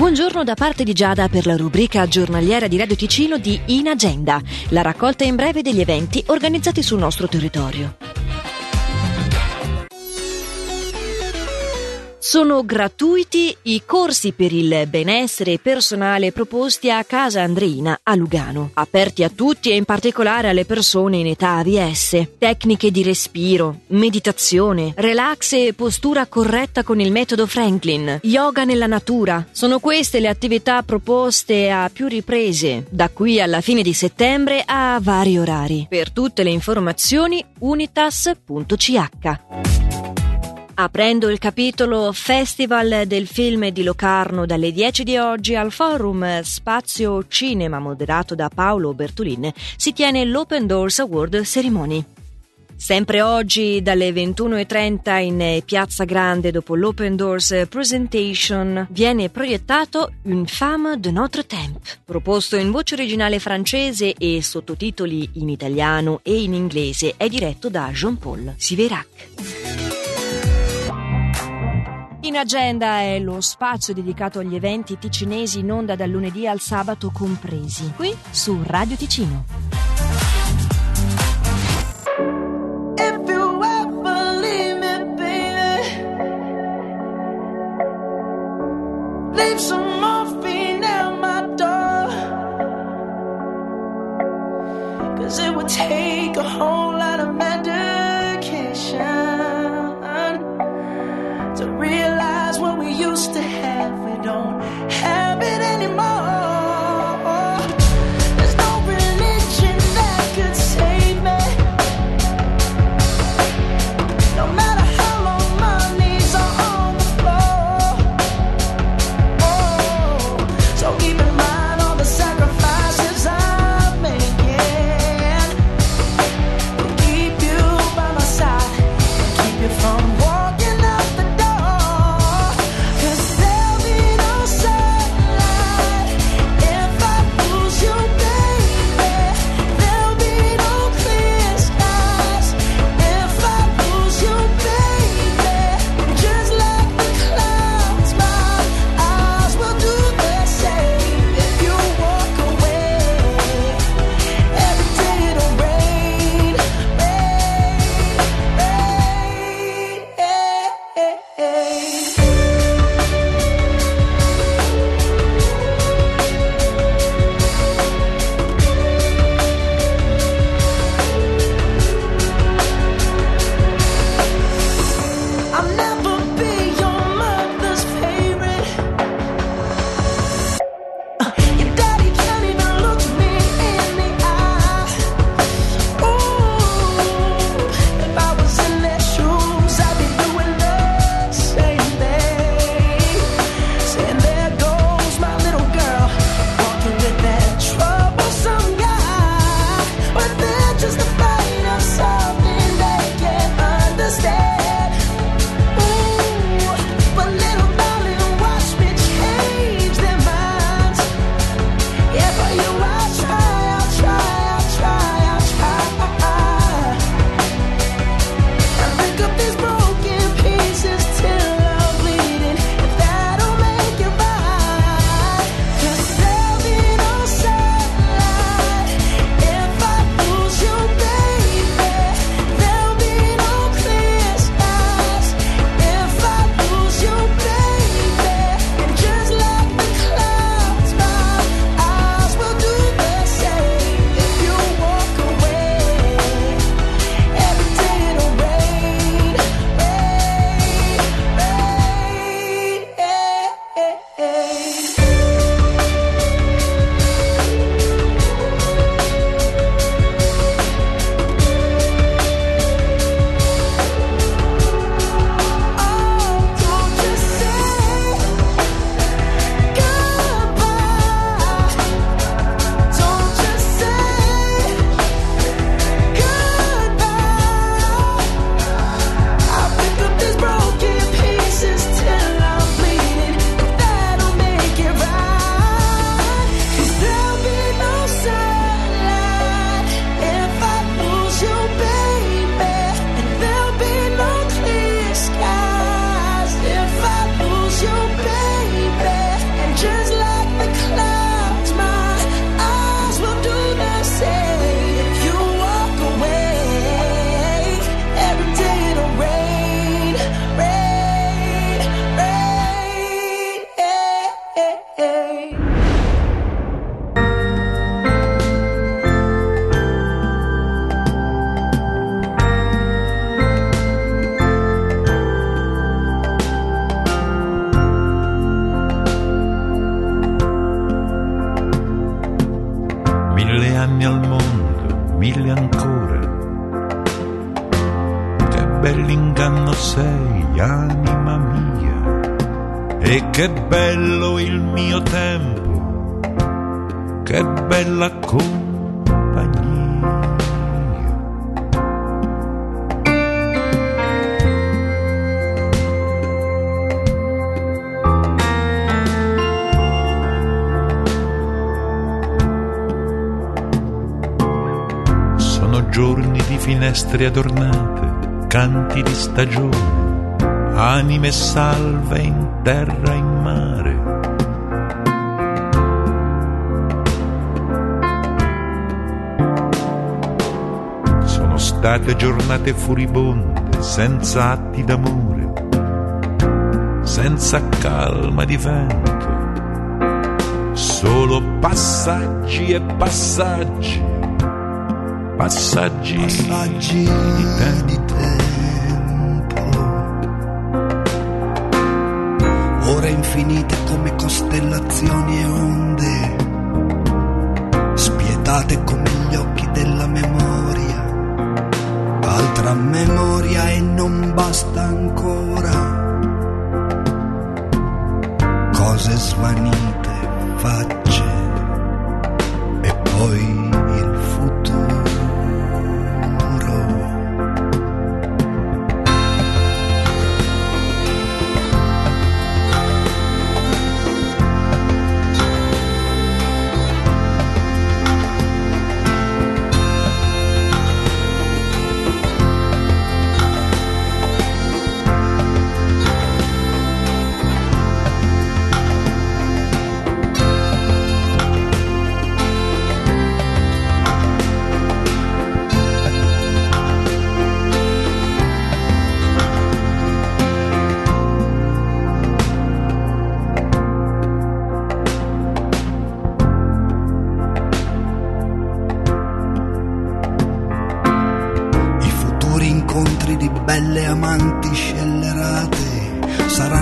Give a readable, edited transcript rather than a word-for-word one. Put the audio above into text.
Buongiorno da parte di Giada per la rubrica giornaliera di Radio Ticino di In Agenda, la raccolta in breve degli eventi organizzati sul nostro territorio. Sono gratuiti i corsi per il benessere personale proposti a Casa Andreina a Lugano, aperti a tutti e in particolare alle persone in età AVS. Tecniche di respiro, meditazione, relax e postura corretta con il metodo Franklin, yoga nella natura. Sono queste le attività proposte a più riprese, da qui alla fine di settembre a vari orari. Per tutte le informazioni unitas.ch. Aprendo il capitolo Festival del Film di Locarno dalle 10 di oggi al Forum Spazio Cinema moderato da Paolo Bertolin si tiene l'Open Doors Award Ceremony. Sempre oggi dalle 21:30 in Piazza Grande dopo l'Open Doors Presentation viene proiettato Une femme de notre temps, proposto in voce originale francese e sottotitoli in italiano e in inglese, è diretto da Jean-Paul Siverac. In Agenda è lo spazio dedicato agli eventi ticinesi in onda dal lunedì al sabato compresi, qui su Radio Ticino. If you ever leave me, baby, leave some morphine at my door, 'cause it would take a whole lot of medication to realize what we used to have, we don't have it anymore. There's no religion that could save me, no matter how long my knees are on the floor. Oh, so keep in mind all the sacrifices I'm making to keep you by my side and keep you from walking out the door. There E che bello il mio tempo, che bella compagnia. Sono giorni di finestre adornate, canti di stagione, anime salve in terra e in mare. Sono state giornate furibonde, senza atti d'amore, senza calma di vento, solo passaggi e passaggi, passaggi di tempo. Ore infinite come costellazioni e onde, spietate come gli occhi della memoria, altra memoria e non basta ancora, cose svanite, facce e poi